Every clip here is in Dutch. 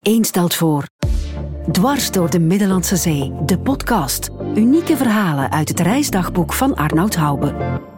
Eén stelt voor. Dwars door de Middellandse Zee, de podcast. Unieke verhalen uit het reisdagboek van Arnoud Hoube.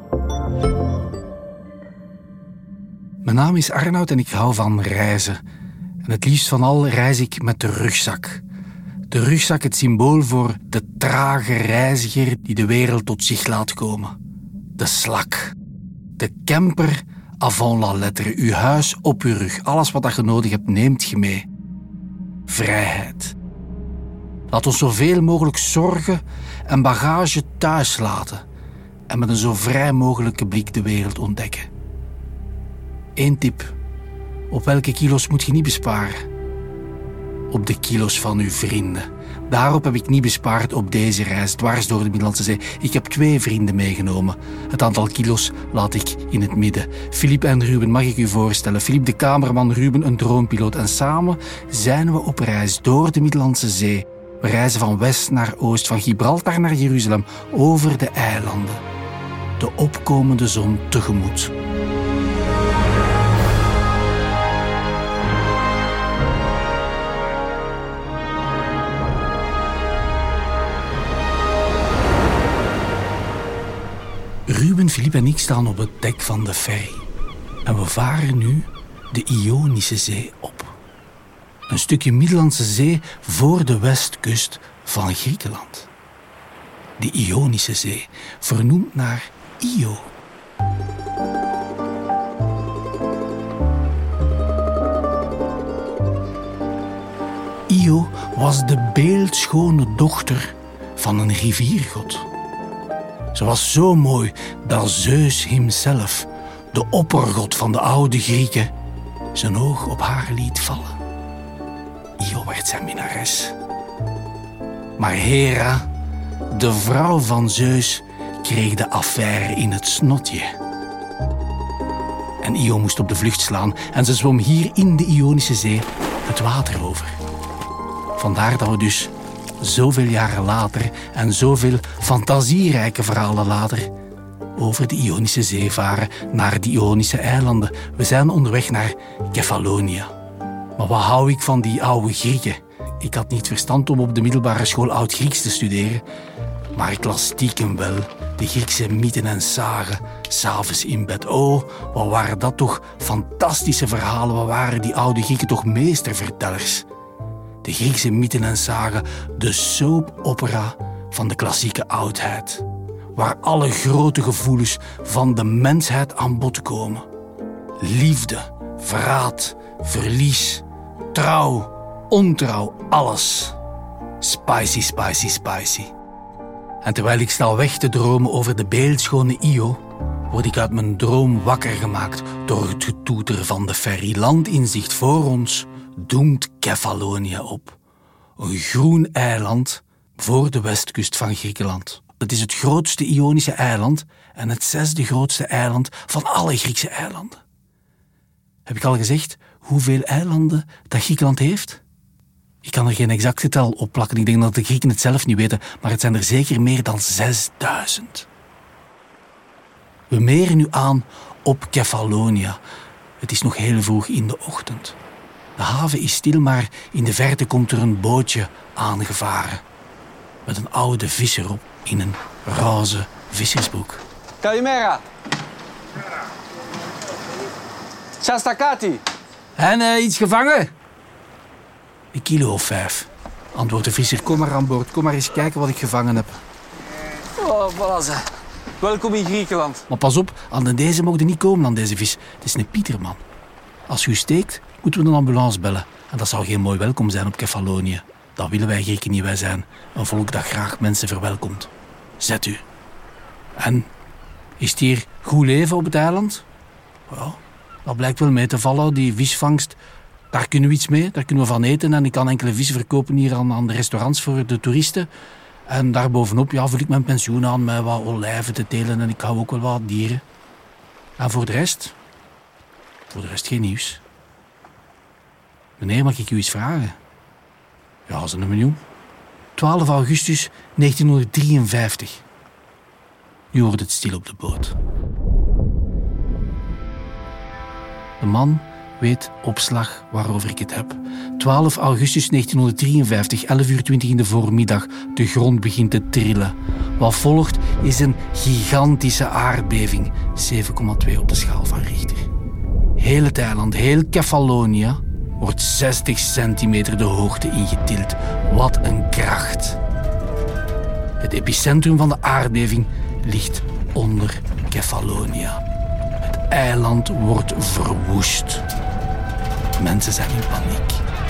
Mijn naam is Arnoud en ik hou van reizen. En het liefst van al reis ik met de rugzak. De rugzak, het symbool voor de trage reiziger die de wereld tot zich laat komen. De slak. De camper avant la lettre. Uw huis op uw rug. Alles wat je nodig hebt, neemt je mee. Vrijheid. Laat ons zoveel mogelijk zorgen en bagage thuis laten. En met een zo vrij mogelijke blik de wereld ontdekken. Eén tip. Op welke kilo's moet je niet besparen? Op de kilo's van uw vrienden. Daarop heb ik niet bespaard op deze reis dwars door de Middellandse Zee. Ik heb 2 vrienden meegenomen. Het aantal kilo's laat ik in het midden. Philippe en Ruben mag ik u voorstellen. Philippe de kamerman, Ruben een droompiloot. En samen zijn we op reis door de Middellandse Zee. We reizen van west naar oost, van Gibraltar naar Jeruzalem, over de eilanden. De opkomende zon tegemoet. Ruben, Philippe en ik staan op het dek van de ferry. En we varen nu de Ionische Zee op. Een stukje Middellandse Zee voor de westkust van Griekenland. De Ionische Zee, vernoemd naar Io. Io was de beeldschone dochter van een riviergod. Ze was zo mooi dat Zeus himself, de oppergod van de oude Grieken, zijn oog op haar liet vallen. Io werd zijn minnares. Maar Hera, de vrouw van Zeus, kreeg de affaire in het snotje. En Io moest op de vlucht slaan en ze zwom hier in de Ionische Zee het water over. Vandaar dat we dus zoveel jaren later en zoveel fantasierijke verhalen later over de Ionische Zee varen naar de Ionische eilanden. We zijn onderweg naar Kefalonia. Maar wat hou ik van die oude Grieken? Ik had niet verstand om op de middelbare school Oud-Grieks te studeren, maar ik las stiekem wel de Griekse mythen en sagen, 's avonds in bed. Oh, wat waren dat toch fantastische verhalen, wat waren die oude Grieken toch meestervertellers. De Griekse mythen en sagen, de soap-opera van de klassieke oudheid, waar alle grote gevoelens van de mensheid aan bod komen. Liefde, verraad, verlies, trouw, ontrouw, alles. Spicy, spicy, spicy. En terwijl ik sta weg te dromen over de beeldschone Io, word ik uit mijn droom wakker gemaakt door het getoeter van de ferry. Land in zicht voor ons doemt Kefalonia op. Een groen eiland voor de westkust van Griekenland. Het is het grootste Ionische eiland en het 6e grootste eiland van alle Griekse eilanden. Heb ik al gezegd hoeveel eilanden dat Griekenland heeft? Ik kan er geen exact getal op plakken. Ik denk dat de Grieken het zelf niet weten, maar het zijn er zeker meer dan 6000. We meren nu aan op Kefalonia. Het is nog heel vroeg in de ochtend. De haven is stil, maar in de verte komt er een bootje aangevaren. Met een oude visser op in een roze vissersbroek. Kalimera. Shastakati. En iets gevangen? 1 kilo of 5. Antwoordt de visser, kom maar aan boord. Kom maar eens kijken wat ik gevangen heb. Oh, voilà ze. Welkom in Griekenland. Maar pas op, aan deze mogen je niet komen aan deze vis. Het is een pieterman. Als u steekt, moeten we een ambulance bellen. En dat zou geen mooi welkom zijn op Kefalonia. Dat willen wij Grieken niet, wij zijn een volk dat graag mensen verwelkomt. Zet u. En, is het hier goed leven op het eiland? Ja, dat blijkt wel mee te vallen, die visvangst. Daar kunnen we iets mee, daar kunnen we van eten. En ik kan enkele vis verkopen hier aan de restaurants voor de toeristen. En daarbovenop vul ik mijn pensioen aan met wat olijven te telen. En ik hou ook wel wat dieren. En voor de rest geen nieuws. Meneer, mag ik u iets vragen? Ja, dat is 1 miljoen. 12 augustus 1953. Nu wordt het stil op de boot. De man weet op slag waarover ik het heb. 12 augustus 1953, 11:20 in de voormiddag. De grond begint te trillen. Wat volgt is een gigantische aardbeving. 7,2 op de schaal van Richter. Heel het eiland, heel Kefalonia, wordt 60 centimeter de hoogte ingetild. Wat een kracht. Het epicentrum van de aardbeving ligt onder Kefalonia. Het eiland wordt verwoest. Mensen zijn in paniek.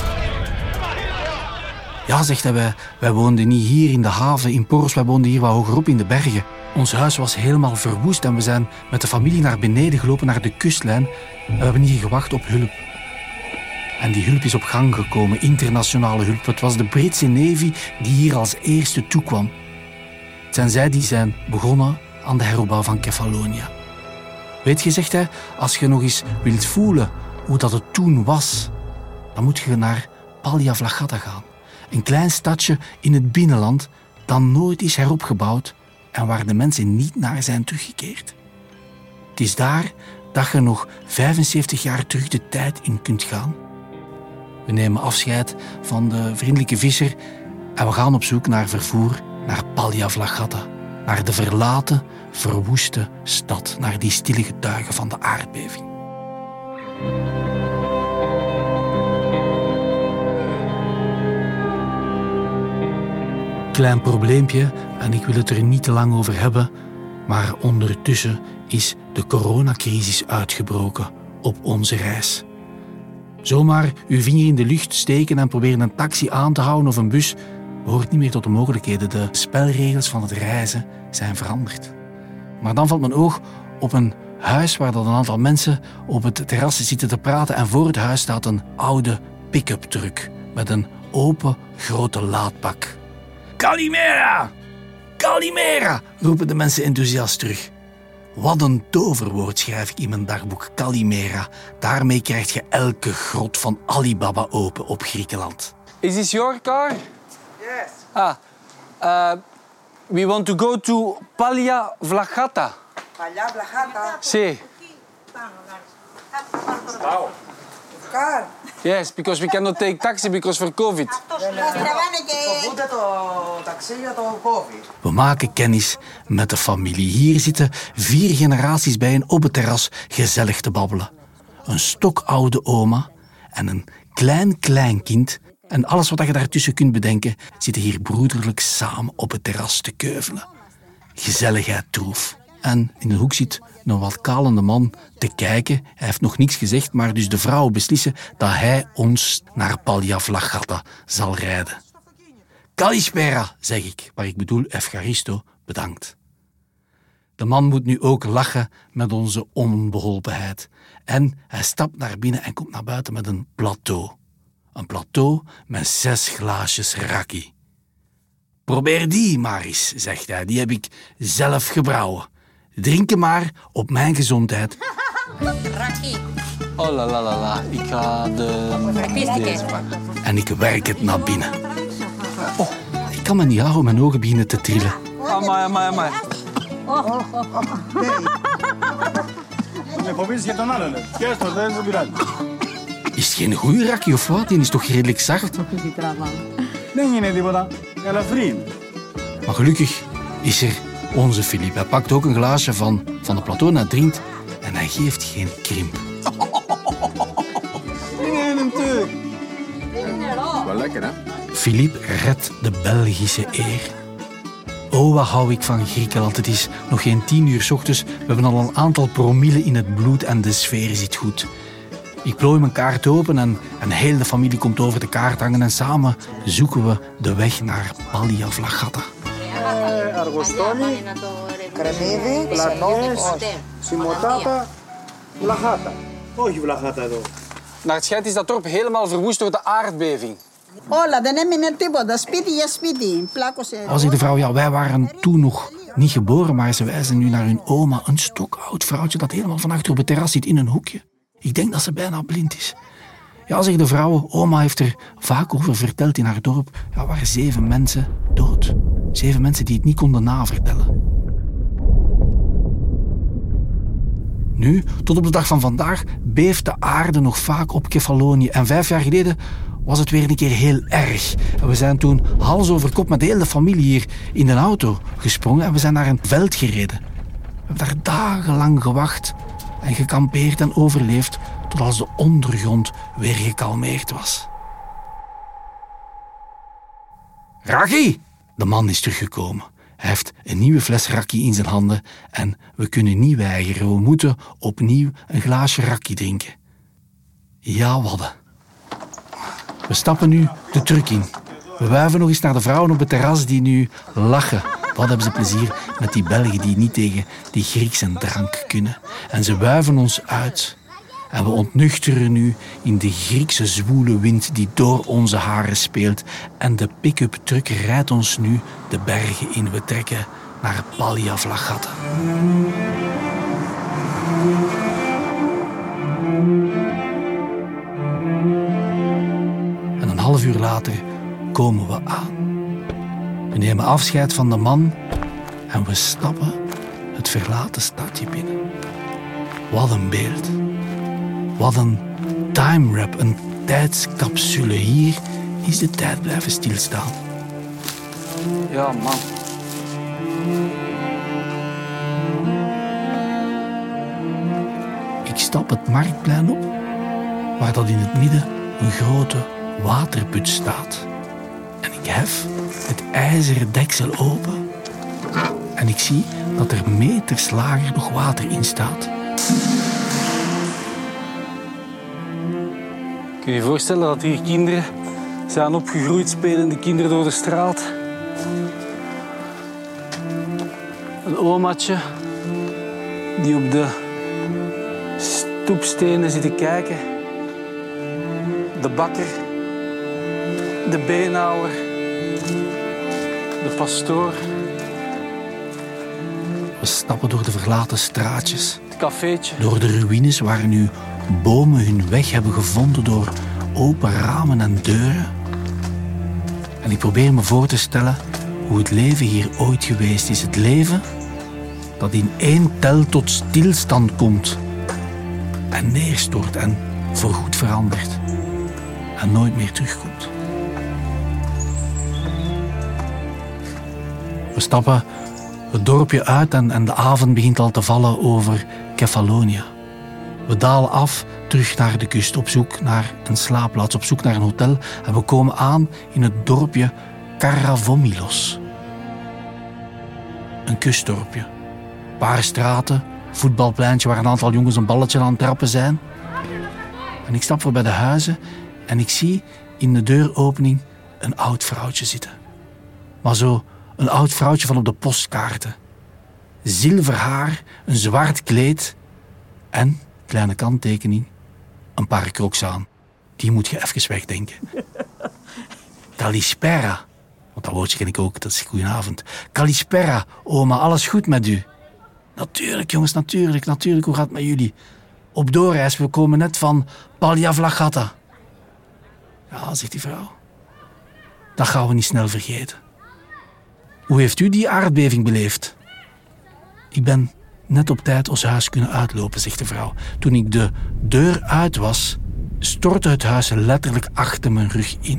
Ja, zegt hij, wij woonden niet hier in de haven in Poros, wij woonden hier wat hogerop in de bergen. Ons huis was helemaal verwoest en we zijn met de familie naar beneden gelopen, naar de kustlijn. En we hebben hier gewacht op hulp. En die hulp is op gang gekomen, internationale hulp. Het was de Britse Navy die hier als eerste toekwam. Het zijn zij die zijn begonnen aan de heropbouw van Kefalonia. Weet je, zegt hij, als je nog eens wilt voelen hoe dat het toen was, dan moet je naar Palja Vlagata gaan. Een klein stadje in het binnenland dat nooit is heropgebouwd en waar de mensen niet naar zijn teruggekeerd. Het is daar dat je nog 75 jaar terug de tijd in kunt gaan. We nemen afscheid van de vriendelijke visser en we gaan op zoek naar vervoer naar Palja Vlagata, naar de verlaten, verwoeste stad, naar die stille getuigen van de aardbeving. Klein probleempje en ik wil het er niet te lang over hebben, maar ondertussen is de coronacrisis uitgebroken op onze reis. Zomaar uw vinger in de lucht steken en proberen een taxi aan te houden of een bus behoort niet meer tot de mogelijkheden. De spelregels van het reizen zijn veranderd. Maar dan valt mijn oog op een huis waar dat een aantal mensen op het terras zitten te praten en voor het huis staat een oude pick-up truck met een open grote laadbak. Kalimera! Kalimera! Roepen de mensen enthousiast terug. Wat een toverwoord schrijf ik in mijn dagboek, Kalimera. Daarmee krijg je elke grot van Alibaba open op Griekenland. Is this your car? Yes. We want to go to Palja Vlagata. Palja Vlagata. Sí. Car. Yes, because we cannot take taxi because for COVID. Voete to taxi to COVID. We maken kennis met de familie. Hier zitten 4 generaties bijeen op het terras gezellig te babbelen. Een stokoude oma en een klein kleinkind. En alles wat je daartussen kunt bedenken, zitten hier broederlijk samen op het terras te keuvelen. Gezelligheid troef. En in de hoek zit een wat kalende man te kijken. Hij heeft nog niks gezegd, maar dus de vrouwen beslissen dat hij ons naar Palja Vlagata zal rijden. Kalispera, zeg ik, maar ik bedoel Efcharisto, bedankt. De man moet nu ook lachen met onze onbeholpenheid. En hij stapt naar binnen en komt naar buiten met een plateau. Een plateau met 6 glaasjes raki. Probeer die maar eens, zegt hij. Die heb ik zelf gebrouwen. Drinken maar op mijn gezondheid. Raki. Oh la la la la. Ik ga deze pakken. En ik werk het naar binnen. Oh, ik kan me niet houden, mijn ogen beginnen te trillen. Amai. Is het geen goede raki of wat? Die is toch redelijk zacht? Maar gelukkig is er onze Philippe. Hij pakt ook een glaasje van de plateau en hij drinkt en hij geeft geen krimp. Wel lekker, hè? Philippe redt de Belgische eer. Oh, wat hou ik van Griekenland. Het is nog geen 10 uur 's ochtends. We hebben al een aantal promille in het bloed en de sfeer zit goed. Ik plooi mijn kaart open en heel de familie komt over de kaart hangen en samen zoeken we de weg naar Palja Vlagata. Argostoni, Κρεμμύδι, Πλατώνες, Σιμωτάτα, Βλαχάτα. Όχι Βλαχάτα εδώ. Naar het schijnt is dat dorp helemaal verwoest door de aardbeving. Όλα, δεν έμεινε τίποτα. Σπίτι για σπίτι. Πλάκωσε. Als ik de vrouw, ja, wij waren toen nog niet geboren, maar ze wijzen nu naar hun oma, een stokoud vrouwtje dat helemaal van achter op het terras zit in een hoekje. Ik denk dat ze bijna blind is. Ja, zeg de vrouw, oma heeft er vaak over verteld in haar dorp. Ja, waren 7 mensen dood. 7 mensen die het niet konden navertellen. Nu, tot op de dag van vandaag, beeft de aarde nog vaak op Kefalonië. En 5 jaar geleden was het weer een keer heel erg. En we zijn toen hals over kop met de hele familie hier in de auto gesprongen en we zijn naar een veld gereden. We hebben daar dagenlang gewacht en gekampeerd en overleefd tot als de ondergrond weer gekalmeerd was. Raki! De man is teruggekomen. Hij heeft een nieuwe fles raki in zijn handen en we kunnen niet weigeren. We moeten opnieuw een glaasje raki drinken. Ja, wadden. We stappen nu de truck in. We wuiven nog eens naar de vrouwen op het terras die nu lachen. Wat hebben ze plezier met die Belgen die niet tegen die Griekse drank kunnen. En ze wuiven ons uit. En we ontnuchteren nu in de Griekse zwoele wind die door onze haren speelt. En de pick-up truck rijdt ons nu de bergen in. We trekken naar Palja Vlagata. En een half uur later komen we aan. We nemen afscheid van de man en we stappen het verlaten stadje binnen. Wat een beeld. Wat een time-wrap, een tijdscapsule. Hier is de tijd blijven stilstaan. Ja, man. Ik stap het marktplein op, waar dat in het midden een grote waterput staat. En ik hef het ijzeren deksel open en ik zie dat er meters lager nog water in staat. Kun je je voorstellen dat hier kinderen zijn opgegroeid, spelende kinderen door de straat? Een omaatje die op de stoepstenen zit te kijken. De bakker, de beenhouwer, de pastoor. We stappen door de verlaten straatjes. Het cafeetje. Door de ruïnes waar nu bomen hun weg hebben gevonden door open ramen en deuren. En ik probeer me voor te stellen hoe het leven hier ooit geweest is. Het leven dat in één tel tot stilstand komt en neerstort en voorgoed verandert en nooit meer terugkomt. We stappen het dorpje uit en de avond begint al te vallen over Kefalonia. We dalen af terug naar de kust op zoek naar een slaapplaats, op zoek naar een hotel. En we komen aan in het dorpje Karavomilos. Een kustdorpje. Een paar straten, voetbalpleintje waar een aantal jongens een balletje aan het trappen zijn. En ik stap voorbij de huizen en ik zie in de deuropening een oud vrouwtje zitten. Maar zo een oud vrouwtje van op de postkaarten. Zilver haar, een zwart kleed en, kleine kanttekening, een paar crocs aan. Die moet je even wegdenken. Kalispera, want dat woordje ken ik ook, dat is goedenavond. Kalispera, oma, alles goed met u? Natuurlijk jongens, natuurlijk, hoe gaat het met jullie? Op doorreis, we komen net van Palja Vlagata. Ja, zegt die vrouw. Dat gaan we niet snel vergeten. Hoe heeft u die aardbeving beleefd? Ik ben net op tijd ons huis kunnen uitlopen, zegt de vrouw. Toen ik de deur uit was, stortte het huis letterlijk achter mijn rug in.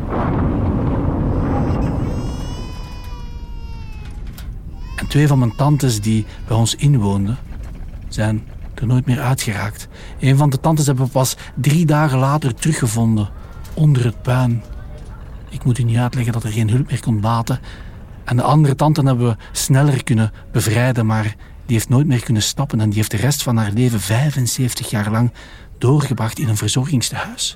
En 2 van mijn tantes die bij ons inwoonden, zijn er nooit meer uitgeraakt. Een van de tantes hebben we pas 3 dagen later teruggevonden, onder het puin. Ik moet u niet uitleggen dat er geen hulp meer kon baten. En de andere tante hebben we sneller kunnen bevrijden, maar die heeft nooit meer kunnen stappen en die heeft de rest van haar leven 75 jaar lang doorgebracht in een verzorgingstehuis.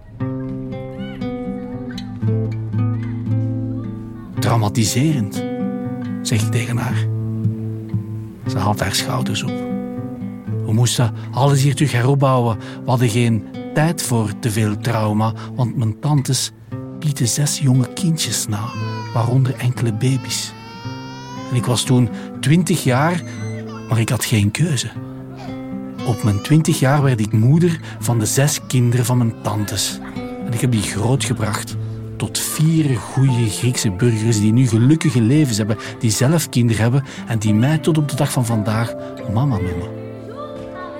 Traumatiserend, zeg ik tegen haar. Ze haalt haar schouders op. We moesten alles hier terug heropbouwen. We hadden geen tijd voor te veel trauma, want mijn tantes lieten 6 jonge kindjes na, waaronder enkele baby's. En ik was toen 20 jaar, maar ik had geen keuze. Op mijn 20 jaar werd ik moeder van de 6 kinderen van mijn tantes. En ik heb die grootgebracht tot 4 goede Griekse burgers die nu gelukkige levens hebben, die zelf kinderen hebben en die mij tot op de dag van vandaag mama noemen.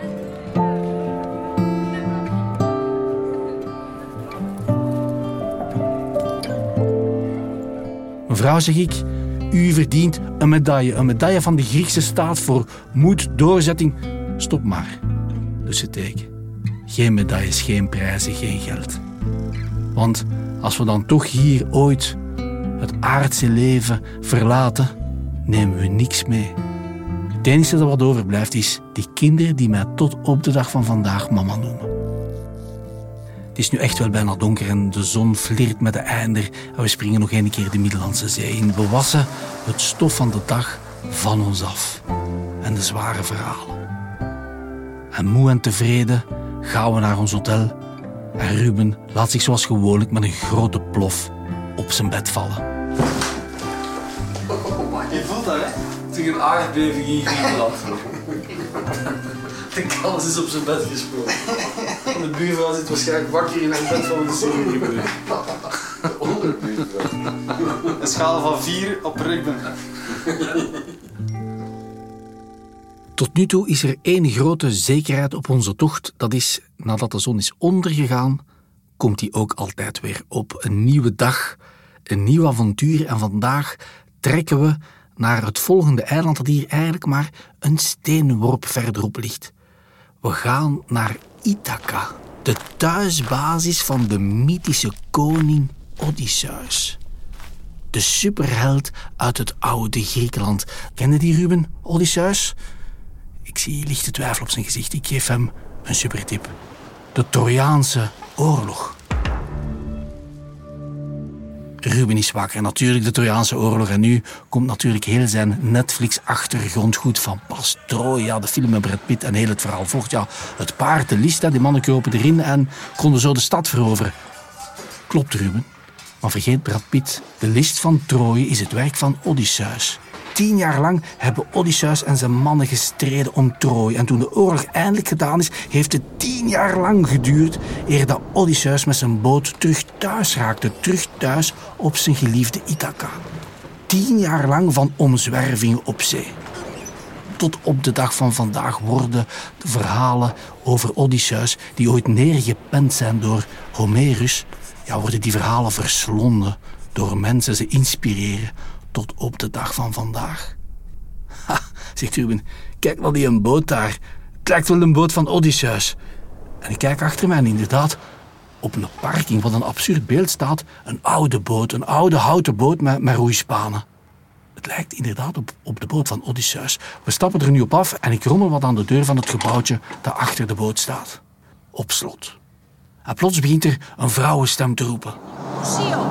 Mevrouw, zeg ik, u verdient een medaille. Een medaille van de Griekse staat voor moed, doorzetting. Stop maar, dus ze teken. Geen medailles, geen prijzen, geen geld. Want als we dan toch hier ooit het aardse leven verlaten, nemen we niks mee. Het enige dat wat overblijft is die kinderen die mij tot op de dag van vandaag mama noemen. Het is nu echt wel bijna donker en de zon flirt met de einder en we springen nog een keer de Middellandse Zee in. We wassen het stof van de dag van ons af en de zware verhalen. En moe en tevreden gaan we naar ons hotel en Ruben laat zich zoals gewoonlijk met een grote plof op zijn bed vallen. Je voelt dat, hè? Het is een aardbeving in Griekenland. De kans is op zijn bed gesprongen. De buurvrouw zit waarschijnlijk wakker in het bed van de serie. Een schaal van 4 op Ruben. Tot nu toe is er één grote zekerheid op onze tocht. Dat is, nadat de zon is ondergegaan, komt die ook altijd weer op. Een nieuwe dag, een nieuw avontuur. En vandaag trekken we naar het volgende eiland dat hier eigenlijk maar een steenworp verderop ligt. We gaan naar Ithaca, de thuisbasis van de mythische koning Odysseus. De superheld uit het oude Griekenland. Kende die Ruben, Odysseus? Ik zie lichte twijfel op zijn gezicht. Ik geef hem een supertip. De Trojaanse oorlog. Ruben is wakker. Natuurlijk de Trojaanse oorlog. En nu komt natuurlijk heel zijn Netflix-achtergrondgoed van pas. Troja, de film met Brad Pitt en heel het verhaal volgt. Ja, het paard, de list, die mannen kropen erin en konden zo de stad veroveren. Klopt, Ruben. Maar vergeet Brad Pitt. De list van Troje is het werk van Odysseus. 10 jaar lang hebben Odysseus en zijn mannen gestreden om Troje. En toen de oorlog eindelijk gedaan is, heeft het 10 jaar lang geduurd eer dat Odysseus met zijn boot terug thuis raakte. Terug thuis op zijn geliefde Ithaca. 10 jaar lang van omzwervingen op zee. Tot op de dag van vandaag worden de verhalen over Odysseus, die ooit neergepend zijn door Homerus, worden die verhalen verslonden door mensen, ze inspireren tot op de dag van vandaag. Ha, zegt Ruben, kijk naar die een boot daar. Het lijkt wel een boot van Odysseus. En ik kijk achter mij en inderdaad, op een parking, wat een absurd beeld staat, een oude boot, een oude houten boot met roeispanen. Het lijkt inderdaad op de boot van Odysseus. We stappen er nu op af en ik rommel wat aan de deur van het gebouwtje dat achter de boot staat. Op slot. En plots begint er een vrouwenstem te roepen. Museum.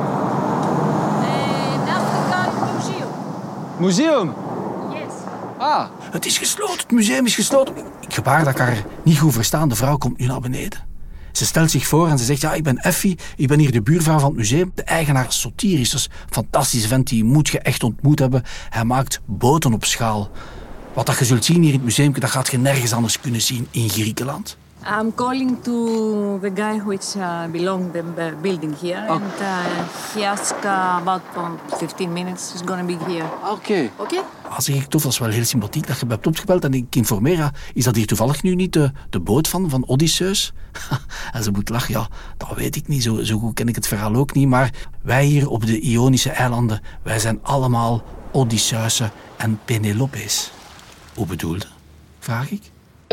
Museum? Yes. Ah. Het is gesloten, het museum is gesloten. Ik gebaar dat ik haar niet goed verstaan. De vrouw komt nu naar beneden. Ze stelt zich voor en ze zegt, ja, ik ben Effie, ik ben hier de buurvrouw van het museum. De eigenaar Sotiris, dat is een fantastische vent, die moet je echt ontmoet hebben. Hij maakt boten op schaal. Wat dat je zult zien hier in het museum, dat gaat je nergens anders kunnen zien in Griekenland. I'm calling to the guy which belongs the building here. Oh. And he asked about 15 minutes. He's gonna be here. Oké. Okay? Zeg ik toch, dat is wel heel sympathiek dat je me hebt opgebeld en ik informeer, is dat hier toevallig nu niet de boot van Odysseus? En ze moet lachen, ja, dat weet ik niet, zo goed ken ik het verhaal ook niet, maar wij hier op de Ionische eilanden, wij zijn allemaal Odysseusen en Penelope's. Hoe bedoelde? Vraag ik.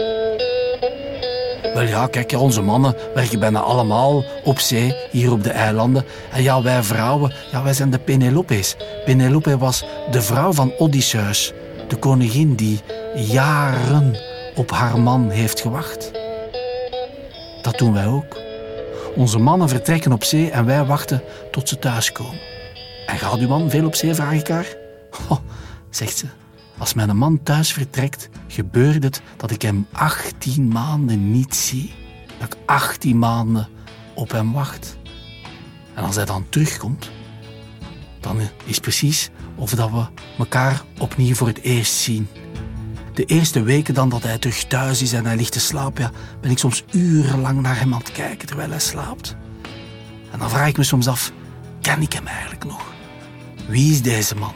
Wel ja, kijk, onze mannen werken bijna allemaal op zee, hier op de eilanden. En ja, wij vrouwen, wij zijn de Penelope's. Penelope was de vrouw van Odysseus, de koningin die jaren op haar man heeft gewacht. Dat doen wij ook. Onze mannen vertrekken op zee en wij wachten tot ze thuiskomen. En gaat uw man veel op zee, vraag ik haar? Oh, zegt ze. Als mijn man thuis vertrekt, gebeurt het dat ik hem 18 maanden niet zie. Dat ik 18 maanden op hem wacht. En als hij dan terugkomt, dan is het precies of dat we elkaar opnieuw voor het eerst zien. De eerste weken dan dat hij terug thuis is en hij ligt te slapen, ben ik soms urenlang naar hem aan het kijken terwijl hij slaapt. En dan vraag ik me soms af, ken ik hem eigenlijk nog? Wie is deze man?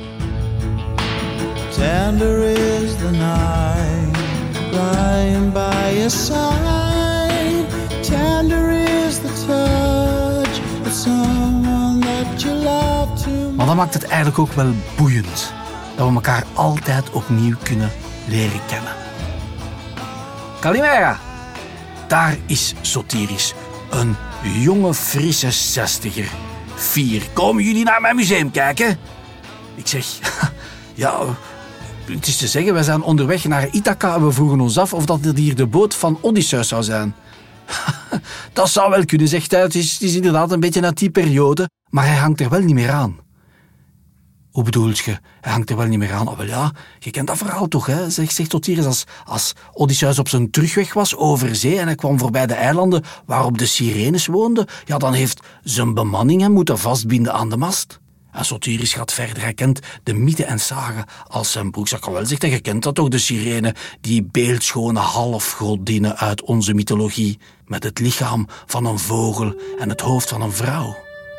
Tender is the night, lying by your side. Tender is the touch of someone that you love too much. Maar dat maakt het eigenlijk ook wel boeiend. Dat we elkaar altijd opnieuw kunnen leren kennen. Kalimera. Daar is Sotiris. Een jonge, frisse 60er. 4. Komen jullie naar mijn museum kijken? Ik zeg, ja, het is te zeggen, wij zijn onderweg naar Ithaca en we vroegen ons af of dat hier de boot van Odysseus zou zijn. Dat zou wel kunnen, zegt hij. Het is inderdaad een beetje uit die periode, maar hij hangt er wel niet meer aan. Hoe bedoel je? Hij hangt er wel niet meer aan. Oh, wel ja, je kent dat verhaal toch, hè? Zegt Sotiris, als Odysseus op zijn terugweg was over zee en hij kwam voorbij de eilanden waarop de Sirenes woonden, ja, dan heeft zijn bemanning hem moeten vastbinden aan de mast. En Sotiris gaat verder. Hij kent de mythen en sagen als zijn broekzak. Wel zegt hij, je kent dat toch, de Sirene, die beeldschone halfgodinnen uit onze mythologie, met het lichaam van een vogel en het hoofd van een vrouw.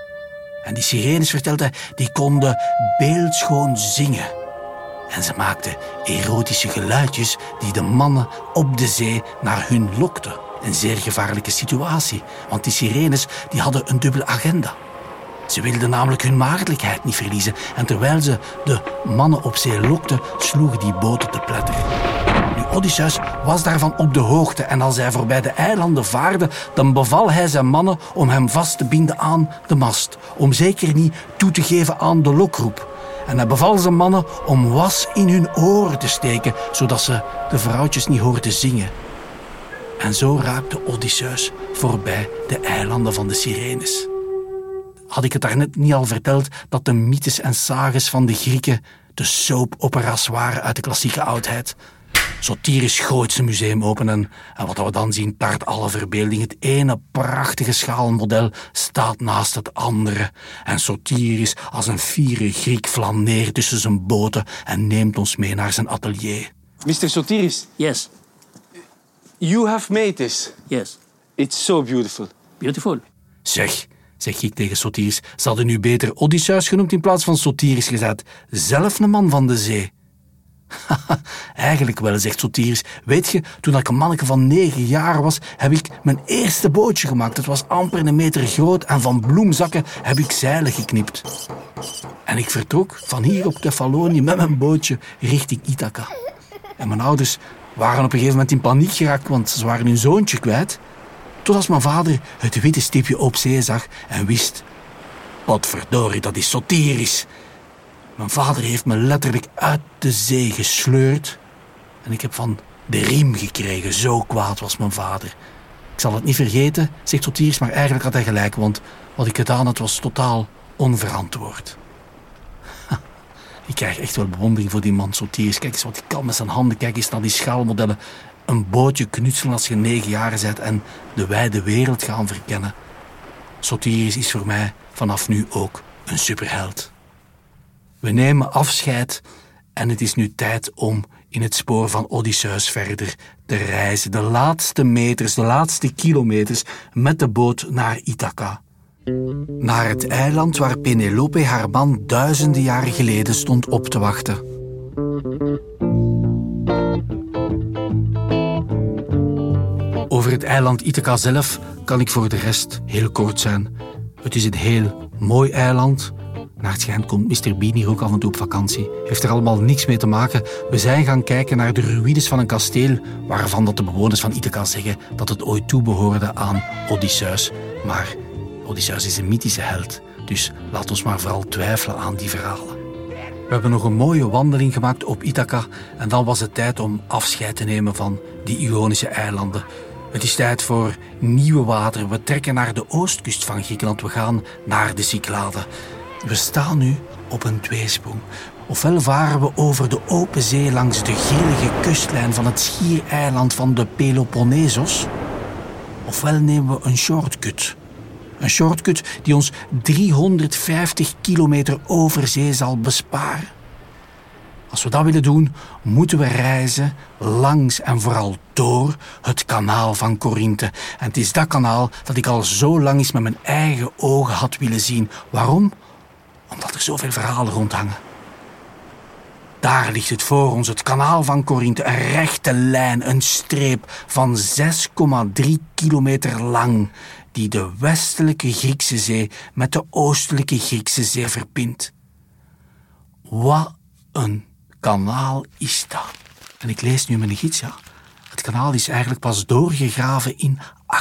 En die Sirenes, vertelt hij, die konden beeldschoon zingen. En ze maakten erotische geluidjes die de mannen op de zee naar hun lokten. Een zeer gevaarlijke situatie, want die Sirenes die hadden een dubbele agenda. Ze wilden namelijk hun maagdelijkheid niet verliezen en terwijl ze de mannen op zee lokten, sloegen die boten te pletter. Nu, Odysseus was daarvan op de hoogte en als hij voorbij de eilanden vaarde, dan beval hij zijn mannen om hem vast te binden aan de mast, om zeker niet toe te geven aan de lokroep. En hij beval zijn mannen om was in hun oren te steken, zodat ze de vrouwtjes niet hoorden zingen. En zo raakte Odysseus voorbij de eilanden van de Sirenes. Had ik het daarnet niet al verteld dat de mythes en sages van de Grieken de soap-opera's waren uit de klassieke oudheid? Sotiris gooit zijn museum open en wat we dan zien tart alle verbeelding. Het ene prachtige schaalmodel staat naast het andere. En Sotiris als een fiere Griek flaneert tussen zijn boten en neemt ons mee naar zijn atelier. Mr. Sotiris. Yes. You have made this. Yes. It's so beautiful. Beautiful. Zeg ik tegen Sotiris, ze hadden nu beter Odysseus genoemd in plaats van Sotiris gezet. Zelf een man van de zee. Eigenlijk wel, zegt Sotiris. Weet je, toen ik een manneke van 9 jaar was, heb ik mijn eerste bootje gemaakt. Het was amper 1 meter groot en van bloemzakken heb ik zeilen geknipt. En ik vertrok van hier op Kefalonie met mijn bootje richting Ithaca. En mijn ouders waren op een gegeven moment in paniek geraakt, want ze waren hun zoontje kwijt. Tot als mijn vader het witte stipje op zee zag en wist, potverdorie, dat is Sotiris. Mijn vader heeft me letterlijk uit de zee gesleurd en ik heb van de riem gekregen. Zo kwaad was mijn vader. Ik zal het niet vergeten, zegt Sotiris, maar eigenlijk had hij gelijk, want wat ik gedaan had was totaal onverantwoord. Ik krijg echt wel bewondering voor die man Sotiris. Kijk eens wat hij kan met zijn handen. Kijk eens naar die schaalmodellen. Een bootje knutselen als je 9 jaar bent en de wijde wereld gaan verkennen. Sotiris is voor mij vanaf nu ook een superheld. We nemen afscheid en het is nu tijd om in het spoor van Odysseus verder te reizen. De laatste meters, de laatste kilometers met de boot naar Ithaca. Naar het eiland waar Penelope haar man duizenden jaren geleden stond op te wachten. Over het eiland Ithaca zelf kan ik voor de rest heel kort zijn. Het is een heel mooi eiland. Naar het schijnt komt Mr. Bean hier ook af en toe op vakantie. Heeft er allemaal niks mee te maken. We zijn gaan kijken naar de ruïnes van een kasteel waarvan dat de bewoners van Ithaca zeggen dat het ooit toebehoorde aan Odysseus. Maar Odysseus is een mythische held, dus laat ons maar vooral twijfelen aan die verhalen. We hebben nog een mooie wandeling gemaakt op Ithaca en dan was het tijd om afscheid te nemen van die Ionische eilanden. Het is tijd voor nieuwe wateren. We trekken naar de oostkust van Griekenland. We gaan naar de Cycladen. We staan nu op een tweesprong. Ofwel varen we over de open zee langs de grillige kustlijn van het schiereiland van de Peloponnesos, ofwel nemen we een shortcut. Een shortcut die ons 350 kilometer over zee zal besparen. Als we dat willen doen, moeten we reizen langs en vooral door het kanaal van Korinthe. En het is dat kanaal dat ik al zo lang eens met mijn eigen ogen had willen zien. Waarom? Omdat er zoveel verhalen rondhangen. Daar ligt het voor ons, het kanaal van Korinthe, een rechte lijn, een streep van 6,3 kilometer lang, die de westelijke Griekse zee met de oostelijke Griekse zee verbindt. Wat een kanaal is dat? En ik lees nu in mijn gids, ja. Het kanaal is eigenlijk pas doorgegraven in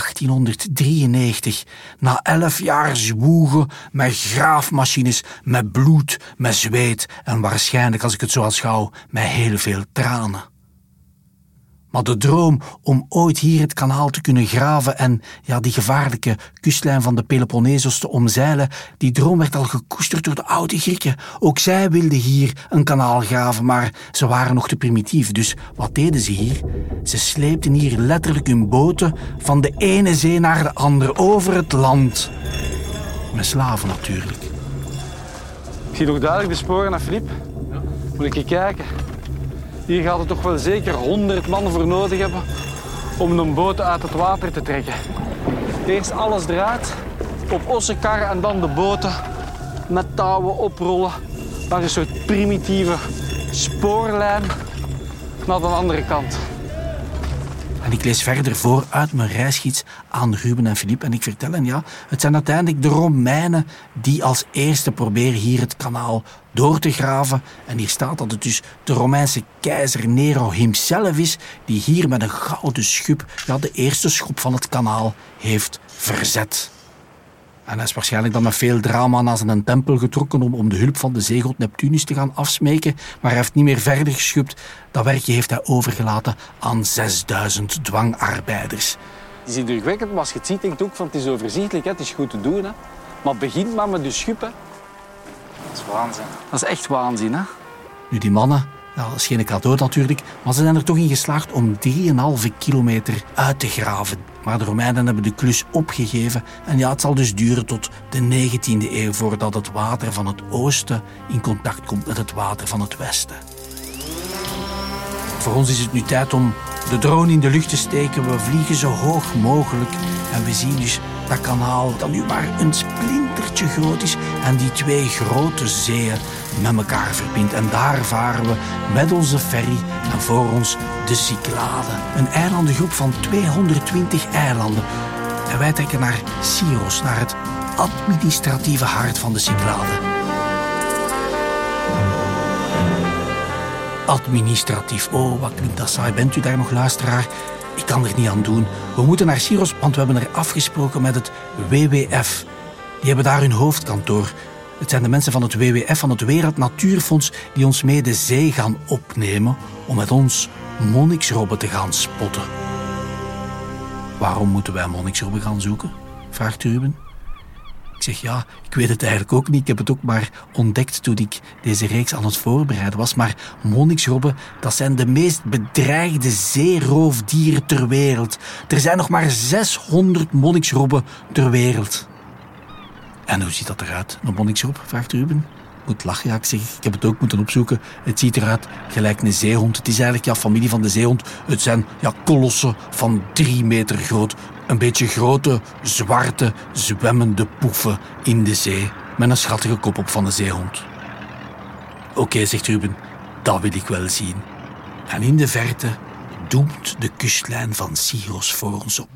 1893. Na 11 jaar zwoegen met graafmachines, met bloed, met zweet en waarschijnlijk, als ik het zo aanschouw, met heel veel tranen. Maar de droom om ooit hier het kanaal te kunnen graven en die gevaarlijke kustlijn van de Peloponnesos te omzeilen, die droom werd al gekoesterd door de oude Grieken. Ook zij wilden hier een kanaal graven, maar ze waren nog te primitief. Dus wat deden ze hier? Ze sleepten hier letterlijk hun boten van de ene zee naar de andere over het land. Met slaven natuurlijk. Ik zie nog duidelijk de sporen naar Philippe. Moet ik even kijken. Hier gaat het toch wel zeker 100 man voor nodig hebben om een boot uit het water te trekken. Eerst alles eruit, op ossenkarren en dan de boten met touwen oprollen naar een soort primitieve spoorlijn naar de andere kant. En ik lees verder voor uit mijn reisgids aan Ruben en Philippe en ik vertel hen, het zijn uiteindelijk de Romeinen die als eerste proberen hier het kanaal door te graven. En hier staat dat het dus de Romeinse keizer Nero hemzelf is die hier met een gouden schub de eerste schop van het kanaal heeft verzet. En hij is waarschijnlijk dan met veel drama naar zijn tempel getrokken om de hulp van de zeegod Neptunus te gaan afsmeken, maar hij heeft niet meer verder geschubt. Dat werkje heeft hij overgelaten aan 6000 dwangarbeiders. Het is indrukwekkend, maar als je het ziet, denk je ook van het is overzichtelijk, het is goed te doen. Hè. Maar begint maar met de schub. Hè. Dat is waanzin. Dat is echt waanzin, hè. Nu, die mannen, dat is geen cadeau natuurlijk, maar ze zijn er toch in geslaagd om 3,5 kilometer uit te graven. Maar de Romeinen hebben de klus opgegeven en het zal dus duren tot de 19e eeuw voordat het water van het oosten in contact komt met het water van het westen. Voor ons is het nu tijd om de drone in de lucht te steken. We vliegen zo hoog mogelijk en we zien dus dat kanaal dat nu maar een splintertje groot is en die twee grote zeeën met elkaar verbindt. En daar varen we met onze ferry en voor ons de Cyclade. Een eilandengroep van 220 eilanden. En wij trekken naar Syros, naar het administratieve hart van de Cyclade. Administratief, oh wat klinkt dat saai. Bent u daar nog luisteraar? Ik kan er niet aan doen. We moeten naar Syros, want we hebben er afgesproken met het WWF. Die hebben daar hun hoofdkantoor. Het zijn de mensen van het WWF, van het Wereld Natuurfonds, die ons mee de zee gaan opnemen om met ons monniksrobben te gaan spotten. Waarom moeten wij monniksrobben gaan zoeken? Vraagt Ruben. Ik zeg ik weet het eigenlijk ook niet. Ik heb het ook maar ontdekt toen ik deze reeks aan het voorbereiden was. Maar monniksrobben, dat zijn de meest bedreigde zeeroofdieren ter wereld. Er zijn nog maar 600 monniksrobben ter wereld. En hoe ziet dat eruit, een monniksrob? Vraagt Ruben. Moet lachen, ik zeg, ik heb het ook moeten opzoeken. Het ziet eruit gelijk een zeehond. Het is eigenlijk familie van de zeehond. Het zijn kolossen van 3 meter groot. Een beetje grote, zwarte, zwemmende poeven in de zee. Met een schattige kop op van de zeehond. Oké, zegt Ruben, dat wil ik wel zien. En in de verte doemt de kustlijn van Syros voor ons op.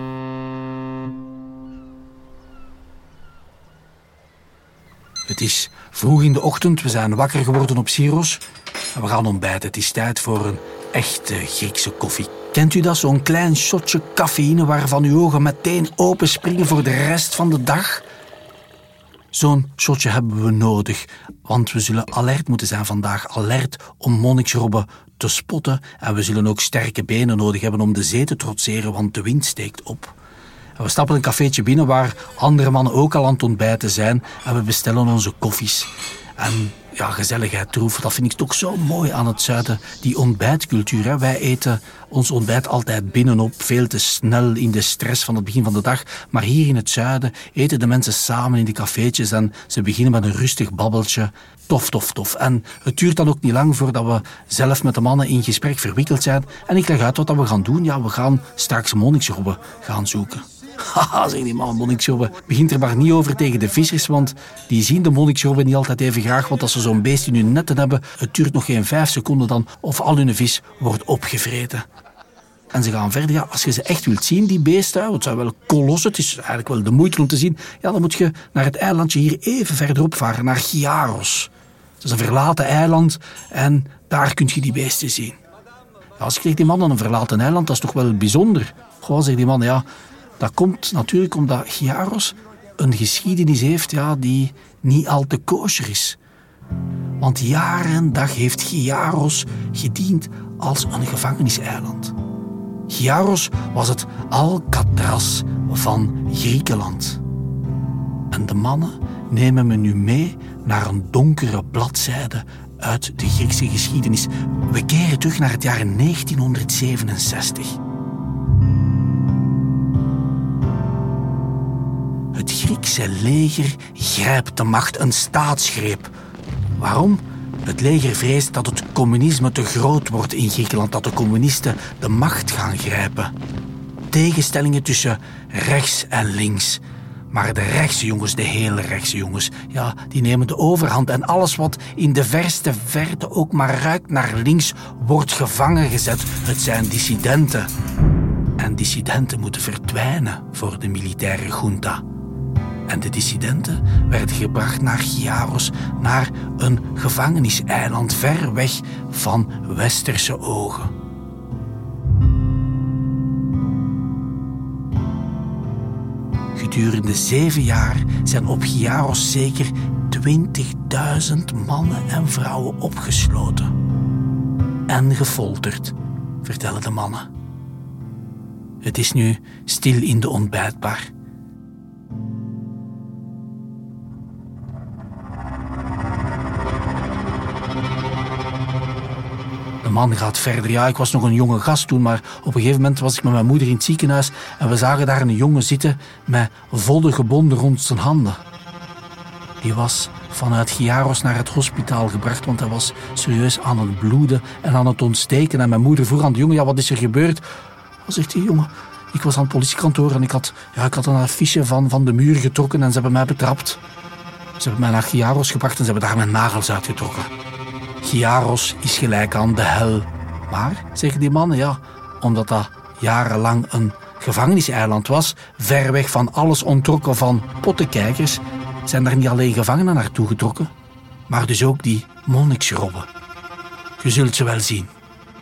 Het is vroeg in de ochtend, we zijn wakker geworden op Syros en we gaan ontbijten. Het is tijd voor een echte Griekse koffie. Kent u dat, zo'n klein shotje cafeïne waarvan uw ogen meteen openspringen voor de rest van de dag? Zo'n shotje hebben we nodig, want we zullen alert moeten zijn vandaag. Alert om monniksrobben te spotten en we zullen ook sterke benen nodig hebben om de zee te trotseren, want de wind steekt op. We stappen een cafeetje binnen waar andere mannen ook al aan het ontbijten zijn en we bestellen onze koffies. En gezelligheid, troef, dat vind ik toch zo mooi aan het zuiden, die ontbijtcultuur. Hè. Wij eten ons ontbijt altijd binnenop, veel te snel in de stress van het begin van de dag. Maar hier in het zuiden eten de mensen samen in die cafeetjes en ze beginnen met een rustig babbeltje. Tof. En het duurt dan ook niet lang voordat we zelf met de mannen in gesprek verwikkeld zijn. En ik leg uit wat we gaan doen. We gaan straks monniksrobben gaan zoeken. Haha, zeggen die mannen, monniksrobben. Begint er maar niet over tegen de vissers, want die zien de monniksrobben niet altijd even graag, want als ze zo'n beest in hun netten hebben, het duurt nog geen 5 seconden dan of al hun vis wordt opgevreten. En ze gaan verder. Als je ze echt wilt zien, die beesten, het zijn wel kolossen, het is eigenlijk wel de moeite om te zien, dan moet je naar het eilandje hier even verderop varen, naar Chiaros. Het is een verlaten eiland en daar kun je die beesten zien. Ja, als ik zeg die man aan een verlaten eiland, dat is toch wel bijzonder. Goh, zegt die man, ja, dat komt natuurlijk omdat Chiaros een geschiedenis heeft die niet al te kosher is. Want jaren en dag heeft Chiaros gediend als een gevangeniseiland. Chiaros was het Alcatraz van Griekenland. En de mannen nemen me nu mee naar een donkere bladzijde uit de Griekse geschiedenis. We keren terug naar het jaar 1967. Het Griekse leger grijpt de macht, een staatsgreep. Waarom? Het leger vreest dat het communisme te groot wordt in Griekenland, dat de communisten de macht gaan grijpen. Tegenstellingen tussen rechts en links. Maar de rechtse jongens, de hele rechtse jongens, die nemen de overhand. En alles wat in de verste verte ook maar ruikt naar links, wordt gevangen gezet. Het zijn dissidenten. En dissidenten moeten verdwijnen voor de militaire junta. En de dissidenten werden gebracht naar Chiaros, naar een gevangeniseiland ver weg van westerse ogen. Gedurende 7 jaar zijn op Chiaros zeker 20.000 mannen en vrouwen opgesloten. En gefolterd, vertellen de mannen. Het is nu stil in de ontbijtbar. De man gaat verder. Ja, ik was nog een jonge gast toen, maar op een gegeven moment was ik met mijn moeder in het ziekenhuis en we zagen daar een jongen zitten met vodden gebonden rond zijn handen. Die was vanuit Chiaros naar het hospitaal gebracht, want hij was serieus aan het bloeden en aan het ontsteken. En mijn moeder vroeg aan de jongen, wat is er gebeurd? Dan zegt die jongen, ik was aan het politiekantoor en ik had een affiche van de muur getrokken en ze hebben mij betrapt. Ze hebben mij naar Chiaros gebracht en ze hebben daar mijn nagels uitgetrokken. Chiaros is gelijk aan de hel. Maar, zeggen die mannen, omdat dat jarenlang een gevangeniseiland was, ver weg van alles ontrokken van pottenkijkers, zijn daar niet alleen gevangenen naartoe getrokken, maar dus ook die monniksrobben. Je zult ze wel zien.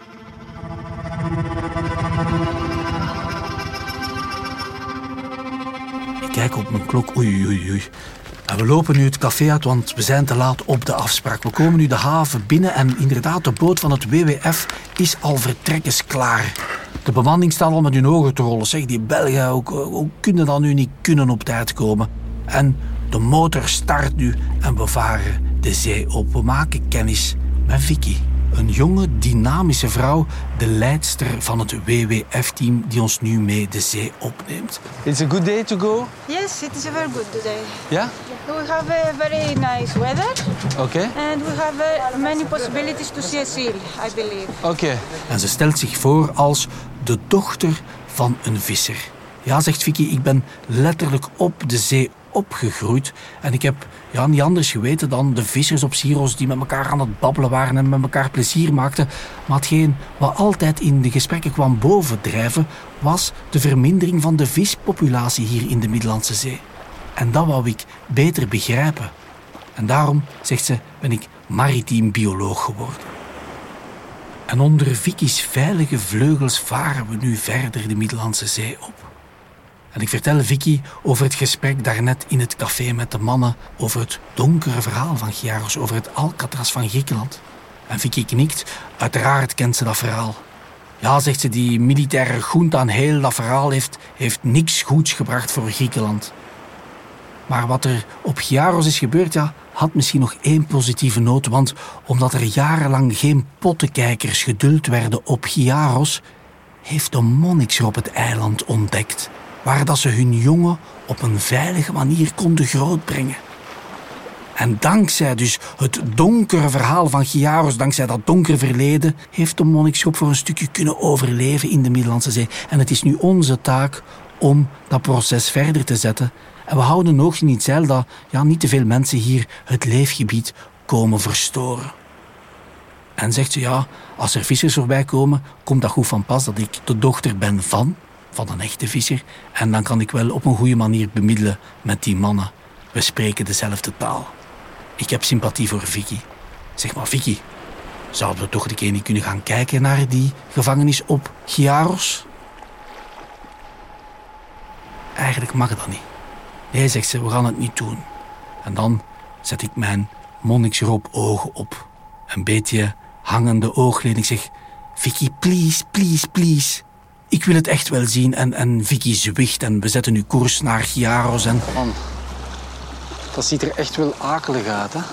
Ik kijk op mijn klok, oei. En we lopen nu het café uit, want we zijn te laat op de afspraak. We komen nu de haven binnen en inderdaad, de boot van het WWF is al vertrekkensklaar. De bemanning staat al met hun ogen te rollen. Zeg, die Belgen, hoe kunnen dan nu niet kunnen op tijd komen? En de motor start nu en we varen de zee op. We maken kennis met Vicky. Een jonge, dynamische vrouw, de leidster van het WWF-team die ons nu mee de zee opneemt. It's a good day to go? Yes, it is a very good day. Yeah? We have a very nice weather. Okay. And we have many possibilities to see a seal, I believe. Okay. En ze stelt zich voor als de dochter van een visser. Ja, zegt Vicky, ik ben letterlijk op de zee opgegroeid en ik heb niet anders geweten dan de vissers op Syros die met elkaar aan het babbelen waren en met elkaar plezier maakten. Maar hetgeen wat altijd in de gesprekken kwam bovendrijven was de vermindering van de vispopulatie hier in de Middellandse Zee. En dat wou ik beter begrijpen. En daarom, zegt ze, ben ik maritiem bioloog geworden. En onder Vicky's veilige vleugels varen we nu verder de Middellandse Zee op. En ik vertel Vicky over het gesprek daarnet in het café met de mannen, over het donkere verhaal van Chiaros, over het Alcatraz van Griekenland. En Vicky knikt, uiteraard kent ze dat verhaal. Ja, zegt ze, die militaire junta aan heel dat verhaal heeft niks goeds gebracht voor Griekenland. Maar wat er op Chiaros is gebeurd, had misschien nog één positieve noot, want omdat er jarenlang geen pottenkijkers geduld werden op Chiaros, heeft de monniksrop het eiland ontdekt, waar dat ze hun jongen op een veilige manier konden grootbrengen. En dankzij dus het donkere verhaal van Chiaros, dankzij dat donkere verleden, heeft de monniksrop voor een stukje kunnen overleven in de Middellandse Zee. En het is nu onze taak om dat proces verder te zetten. En we houden een oogje in het zeil dat niet te veel mensen hier het leefgebied komen verstoren. En zegt ze, als er vissers voorbij komen, komt dat goed van pas dat ik de dochter ben van een echte visser. En dan kan ik wel op een goede manier bemiddelen met die mannen. We spreken dezelfde taal. Ik heb sympathie voor Vicky. Zeg maar, Vicky, zouden we toch een keer niet kunnen gaan kijken naar die gevangenis op Chiaros? Eigenlijk mag dat niet. Nee, zegt ze, we gaan het niet doen. En dan zet ik mijn monniksrob ogen op. Een beetje hangende oogleden. Ik zeg, Vicky, please, please, please. Ik wil het echt wel zien. En Vicky zwicht en we zetten nu koers naar Chiaros. En... Man, dat ziet er echt wel akelig uit, hè?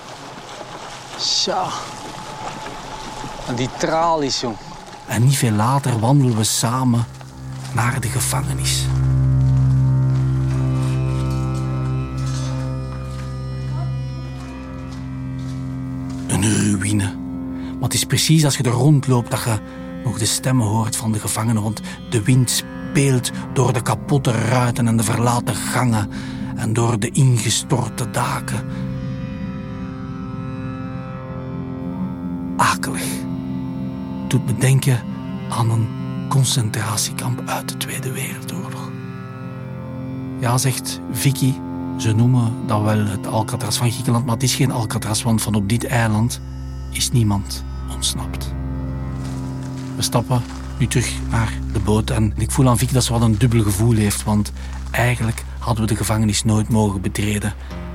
Tja. En die tralies, jong. En niet veel later wandelen we samen naar de gevangenis. Een ruïne. Maar het is precies als je er rondloopt dat je nog de stemmen hoort van de gevangenen. Want de wind speelt door de kapotte ruiten en de verlaten gangen. En door de ingestorte daken. Akelig. Doet me denken aan een concentratiekamp uit de Tweede Wereldoorlog. Ja, zegt Vicky, ze noemen dat wel het Alcatraz van Griekenland, maar het is geen Alcatraz, want van op dit eiland is niemand ontsnapt. We stappen nu terug naar de boot en ik voel aan Vicky dat ze wat een dubbel gevoel heeft, want eigenlijk hadden we de gevangenis nooit mogen betreden.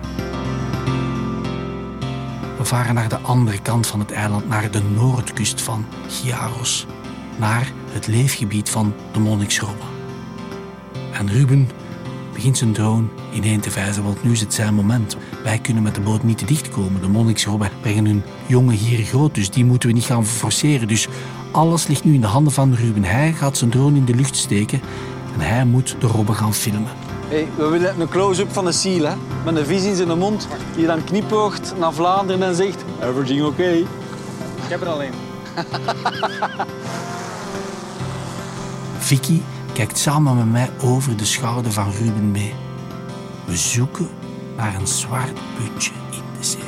We varen naar de andere kant van het eiland, naar de noordkust van Chiaros, naar het leefgebied van de monniksrobben. En Ruben begint zijn drone ineen te vijzen, want nu is het zijn moment. Wij kunnen met de boot niet te dicht komen. De monniksrobben brengen hun jongen hier groot, dus die moeten we niet gaan forceren. Dus alles ligt nu in de handen van Ruben. Hij gaat zijn drone in de lucht steken en hij moet de robben gaan filmen. Hey, we willen een close-up van de seal, hè? Met een vis in zijn mond, die dan knipoogt naar Vlaanderen en zegt: everything okay. Ik heb er al een. Vicky kijkt samen met mij over de schouder van Ruben mee. We zoeken naar een zwart puntje in de zee.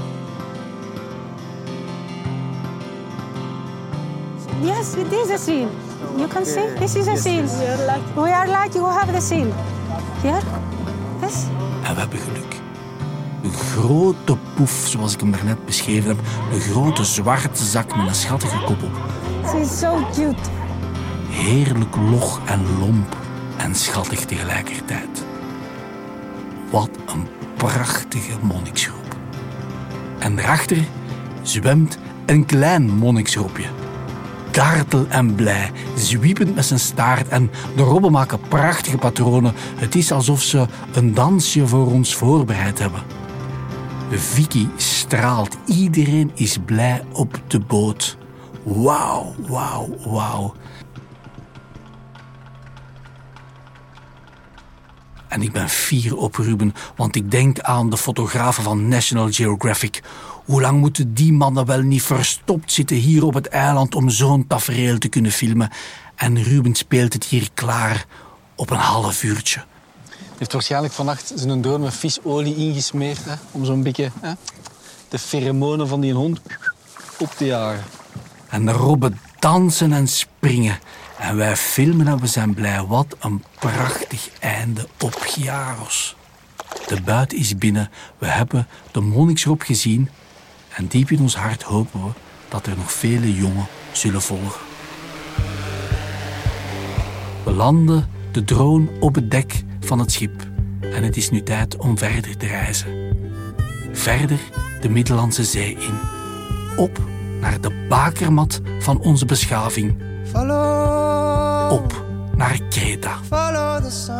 Yes, it is a seal. You can see, this is a seal. We are lucky we have the seal. Here? Yes? En we hebben geluk. Een grote poef, zoals ik hem daarnet beschreven heb. Een grote zwarte zak met een schattige kop op. She is so cute. Heerlijk log en lomp en schattig tegelijkertijd. Wat een prachtige monniksrob. En daarachter zwemt een klein monniksrobje. Dartel en blij, zwiepend met zijn staart en de robben maken prachtige patronen. Het is alsof ze een dansje voor ons voorbereid hebben. Vicky straalt, iedereen is blij op de boot. Wauw, wauw, wauw. En ik ben fier op Ruben, want ik denk aan de fotografen van National Geographic. Hoe lang moeten die mannen wel niet verstopt zitten hier op het eiland om zo'n tafereel te kunnen filmen? En Ruben speelt het hier klaar op een half uurtje. Hij heeft waarschijnlijk vannacht zijn drone met visolie ingesmeerd, hè, om zo'n beetje de pheromonen van die hond op te jagen. En de robben dansen en springen. En wij filmen en we zijn blij. Wat een prachtig einde op Chiaros. De buit is binnen. We hebben de monniksrob gezien. En diep in ons hart hopen we dat er nog vele jongen zullen volgen. We landen de drone op het dek van het schip. En het is nu tijd om verder te reizen. Verder de Middellandse Zee in. Op naar de bakermat van onze beschaving. Op naar Kreta. Follow the sun,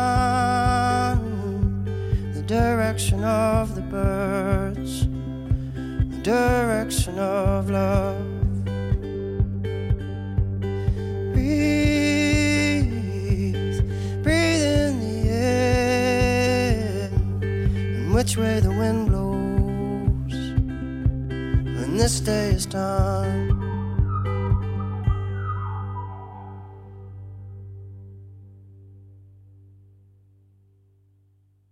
the direction of the birds, the direction of love. Breathe, breathe in the air, and which way the wind blows when this day is done.